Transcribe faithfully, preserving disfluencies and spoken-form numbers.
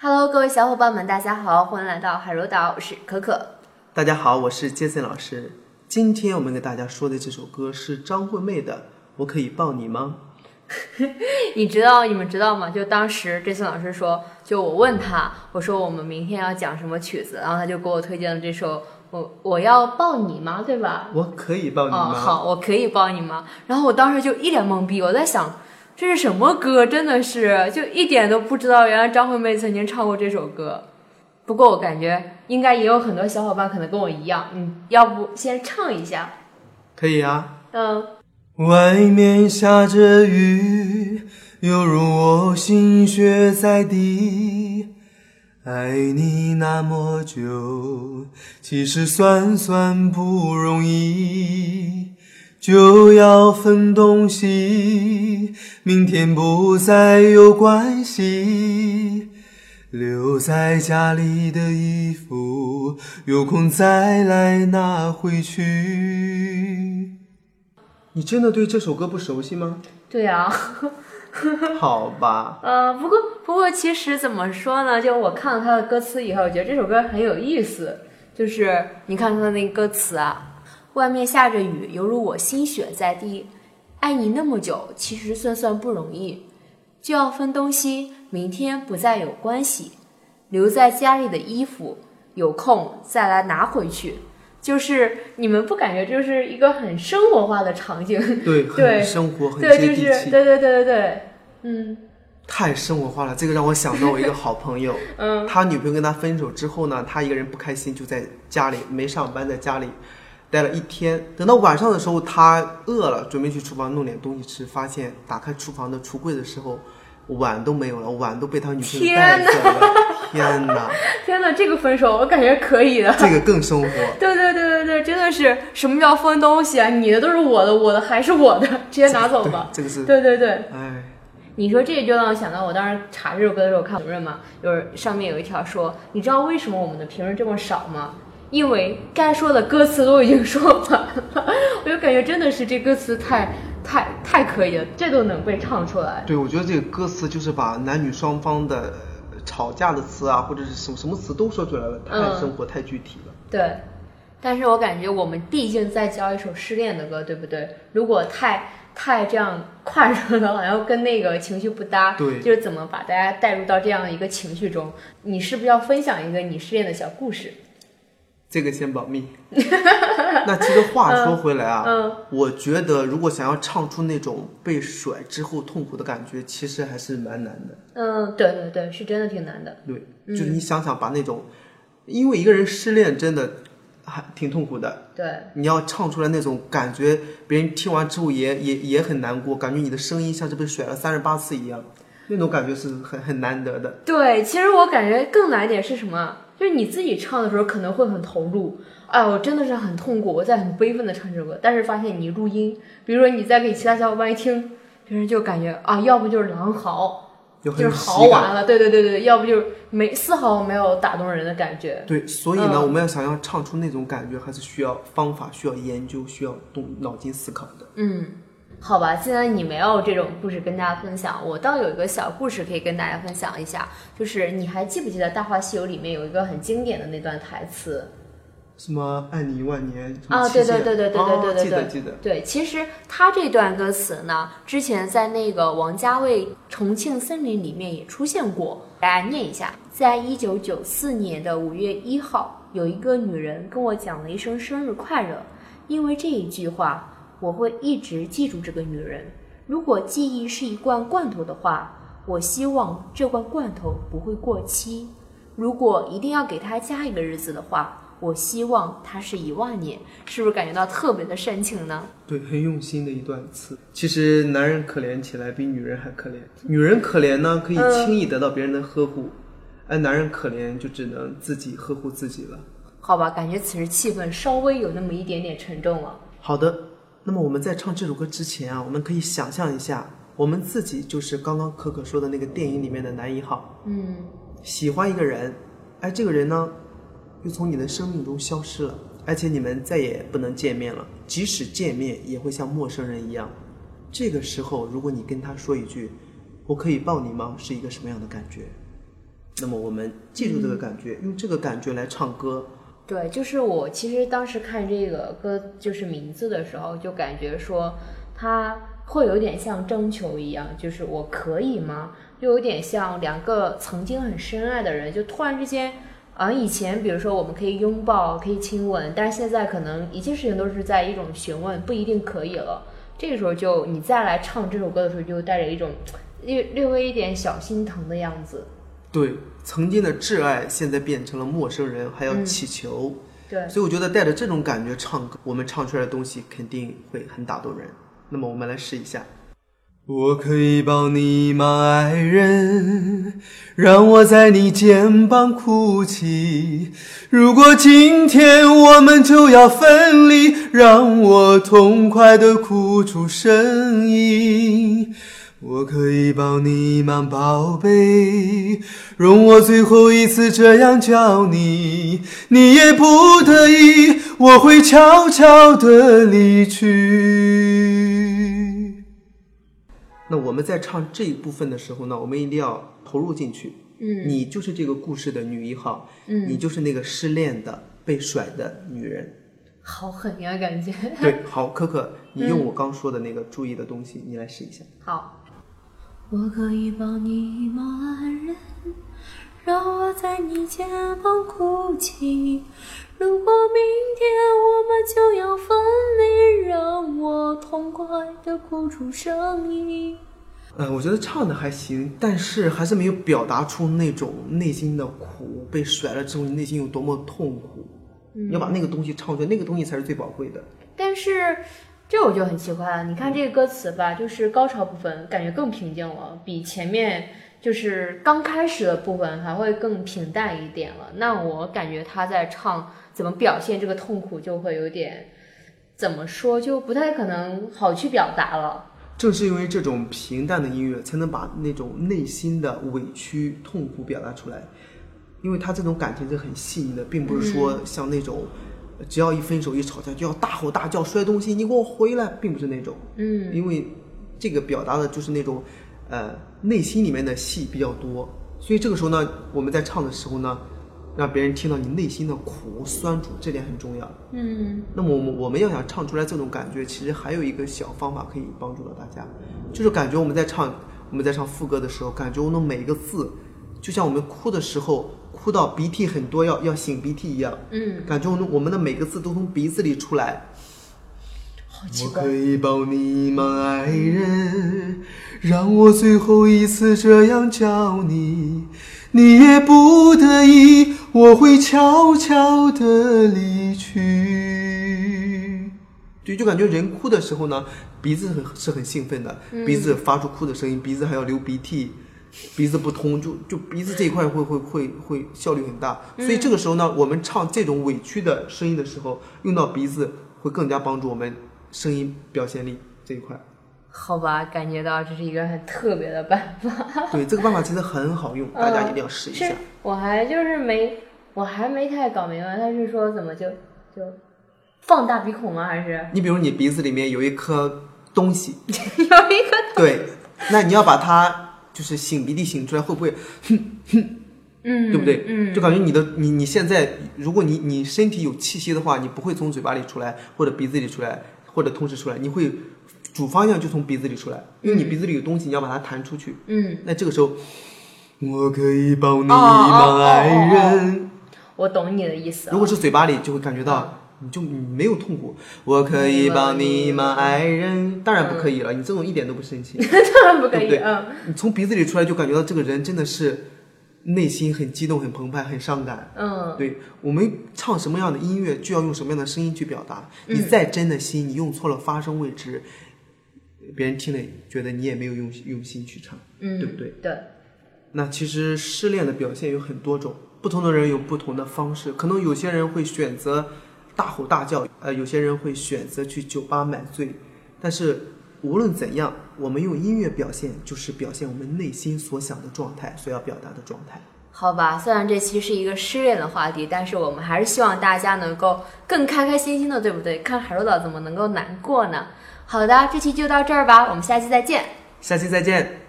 Hello， 各位小伙伴们，大家好，欢迎来到海柔岛，我是可可。 大家好，我是杰森老师。今天我们给大家说的这首歌是张惠妹的《我可以抱你吗》。 你知道，你们知道吗？就当时杰森老师说，就我问他，我说我们明天要讲什么曲子，然后他就给我推荐了这首。我我要抱你吗？对吧？ 我可以抱你吗？ 哦，好，我可以抱你吗？然后我当时就一脸懵逼，我在想。这是什么歌？真的是就一点都不知道，原来张惠妹曾经唱过这首歌。不过我感觉应该也有很多小伙伴可能跟我一样，嗯，要不先唱一下？ 可以啊。 嗯。 外面下着雨，犹如我心血在滴。爱你那么久，其实算算不容易。就要分东西，明天不再有关系。留在家里的衣服，有空再来拿回去。你真的对这首歌不熟悉吗？ 对啊。 好吧。 呃，不过不过其实怎么说呢？就我看了他的歌词以后，我觉得这首歌很有意思。就是你看他的那个歌词啊。外面下着雨，犹如我心血在滴。爱你那么久，其实算算不容易。就要分东西，明天不再有关系。留在家里的衣服，有空再来拿回去。就是你们不感觉这是一个很生活化的场景？ 对， 对， 很生活，很接对， 地气。 就是对对对对对，嗯。 太生活化了，这个让我想到我一个好朋友， 嗯， 他女朋友跟他分手之后呢，他一个人不开心，就在家里没上班，在家里。待了一天，等到晚上的时候，他饿了，准备去厨房弄点东西吃，发现打开厨房的橱柜的时候，碗都没有了，碗都被他女朋友带走了。天哪！ 天哪，这个分手我感觉可以的。 这个更生活。 对对对对对，真的是什么叫分东西啊？你的都是我的，我的还是我的，直接拿走吧。 这个是。 对对对。 哎， 你说这就让我想到，我当时查这首歌的时候看评论嘛，就是上面有一条说，你知道为什么我们的评论这么少吗？因为该说的歌词都已经说完了，我就感觉真的是这歌词太太太可以了，这都能被唱出来。 对，我觉得这个歌词就是把男女双方的吵架的词啊，或者是什么什么词都说出来了，太生活、嗯、太具体了。 对，但是我感觉我们毕竟在教一首失恋的歌，对不对？如果太太这样快热的，好像跟那个情绪不搭。 对， 就是怎么把大家带入到这样的一个情绪中？你是不是要分享一个你失恋的小故事？ 这个先保密。那其实话说回来啊， 嗯嗯、 我觉得如果想要唱出那种被甩之后痛苦的感觉，其实还是蛮难的。 嗯，对对对，是真的挺难的。 对，就是你想想把那种，嗯、因为一个人失恋真的还挺痛苦的。 对， 你要唱出来那种感觉，别人听完之后也也也很难过，感觉你的声音像是被甩了三十八次一样，那种感觉是很很难得的。 对，其实我感觉更难一点是什么？就是你自己唱的时候可能会很投入，哎，我真的是很痛苦，我在很悲愤的唱这首歌，但是发现你录音，比如说你再给其他小伙伴一听，别人就感觉啊，要不就是狼嚎，就是嚎完了，对对对对，要不就是没丝毫没有打动人的感觉。 对，所以呢，嗯、我们要想要唱出那种感觉，还是需要方法，需要研究，需要动脑筋思考的。 嗯。好吧，既然你没有这种故事跟大家分享，我倒有一个小故事可以跟大家分享一下。就是你还记不记得《大话西游》里面有一个很经典的那段台词？ 什么爱你一万年啊？对对对对对对对对对， 记得记得。 对，其实他这段歌词呢，之前在那个王家卫《重庆森林》里面也出现过，大家念一下。在一九九四年的五月一号，有一个女人跟我讲了一声生日快乐，因为这一句话。我会一直记住这个女人。如果记忆是一罐罐头的话，我希望这罐罐头不会过期。如果一定要给它加一个日子的话，我希望它是一万年。是不是感觉到特别的煽情呢？ 对，很用心的一段词。其实男人可怜起来比女人还可怜。女人可怜呢，可以轻易得到别人的呵护，而、嗯、男人可怜就只能自己呵护自己了。 好吧，感觉此时气氛稍微有那么一点点沉重了。 好的。那么我们在唱这首歌之前啊，我们可以想象一下，我们自己就是刚刚可可说的那个电影里面的男一号。 嗯， 喜欢一个人，哎，这个人呢，又从你的生命中消失了，而且你们再也不能见面了，即使见面也会像陌生人一样。这个时候，如果你跟他说一句“我可以抱你吗”，是一个什么样的感觉？ 那么我们记住这个感觉，嗯、用这个感觉来唱歌。 对，就是我其实当时看这个歌就是名字的时候，就感觉说它会有点像征求一样，就是我可以吗？又有点像两个曾经很深爱的人，就突然之间，啊，以前比如说我们可以拥抱，可以亲吻，但是现在可能一切事情都是在一种询问，不一定可以了。这个时候就你再来唱这首歌的时候，就带着一种略略微一点小心疼的样子。 对，曾经的挚爱现在变成了陌生人，还要祈求。 嗯、对， 所以我觉得带着这种感觉唱歌，我们唱出来的东西肯定会很打动人。那么我们来试一下。我可以抱你吗，爱人？让我在你肩膀哭泣。如果今天我们就要分离，让我痛快地哭出声音。我可以抱你吗，宝贝？容我最后一次这样叫你，你也不得已，我会悄悄地离去。那我们在唱这一部分的时候呢，我们一定要投入进去。嗯，你就是这个故事的女一号，嗯，你就是那个失恋的、被甩的女人。 好狠呀，感觉。 对，好，可可，你用我刚说的那个注意的东西，嗯、你来试一下。 好。我可以抱你吗，爱人？让我在你肩膀哭泣。如果明天我们就要分离，让我痛快地哭出声音。 呃，我觉得唱的还行，但是还是没有表达出那种内心的苦，被甩了之后你内心有多么痛苦。嗯、要把那个东西唱出来，那个东西才是最宝贵的。 但是这我就很奇怪了，你看这个歌词吧，就是高潮部分感觉更平静了，比前面就是刚开始的部分还会更平淡一点了。那我感觉他在唱怎么表现这个痛苦就会有点怎么说，就不太可能好去表达了。 正是因为这种平淡的音乐才能把那种内心的委屈痛苦表达出来，因为他这种感情是很细腻的，并不是说像那种、嗯、只要一分手一吵架就要大吼大叫摔东西你给我回来，并不是那种。嗯，因为这个表达的就是那种呃内心里面的戏比较多，所以这个时候呢我们在唱的时候呢让别人听到你内心的苦酸楚，这点很重要。嗯，那么我们我们要想唱出来这种感觉，其实还有一个小方法可以帮助到大家，就是感觉我们在唱我们在唱副歌的时候，感觉我们每一个字就像我们哭的时候哭到鼻涕很多要要擤鼻涕一样。嗯，感觉我们我们的每个字都从鼻子里出来。 好奇怪。 我可以抱你吗，爱人？让我最后一次这样叫你，你也不得已，我会悄悄地离去。对，就感觉人哭的时候呢，鼻子很是很兴奋的，鼻子发出哭的声音，鼻子还要流鼻涕，鼻子不通，就就鼻子这一块会会会会效率很大。所以这个时候呢，我们唱这种委屈的声音的时候，用到鼻子会更加帮助我们声音表现力这一块。 好吧，感觉到这是一个很特别的办法。 对，这个办法其实很好用，大家一定要试一下。 是我还就是没，我还没太搞明白，他是说怎么就就放大鼻孔吗？还是你比如你鼻子里面有一颗东西， 有一个对，那你要把它就是擤鼻涕擤出来，会不会哼哼？嗯，对不对？嗯，就感觉你的你你现在，如果你你身体有气息的话，你不会从嘴巴里出来，或者鼻子里出来，或者同时出来，你会主方向就从鼻子里出来，因为你鼻子里有东西，你要把它弹出去。嗯，那这个时候，我可以抱你吗，爱人？ 我懂你的意思、哦。 如果是嘴巴里，就会感觉到你就没有痛苦。我可以抱你吗，爱人？当然不可以了，嗯、你这种一点都不生气。 当然不可以。 对不对？ 嗯， 你从鼻子里出来，就感觉到这个人真的是内心很激动、很澎湃、很伤感。嗯，对，我们唱什么样的音乐，就要用什么样的声音去表达。你再真的心，你用错了发声位置。别人听了觉得你也没有用用心去唱，嗯，对不对？ 对。 那其实失恋的表现有很多种，不同的人有不同的方式，可能有些人会选择大吼大叫，呃，有些人会选择去酒吧买醉。但是无论怎样，我们用音乐表现，就是表现我们内心所想的状态，所要表达的状态。 好吧，虽然这期是一个失恋的话题，但是我们还是希望大家能够更开开心心的，对不对？看海螺岛怎么能够难过呢？好的，这期就到这儿吧，我们下期再见。 下期再见。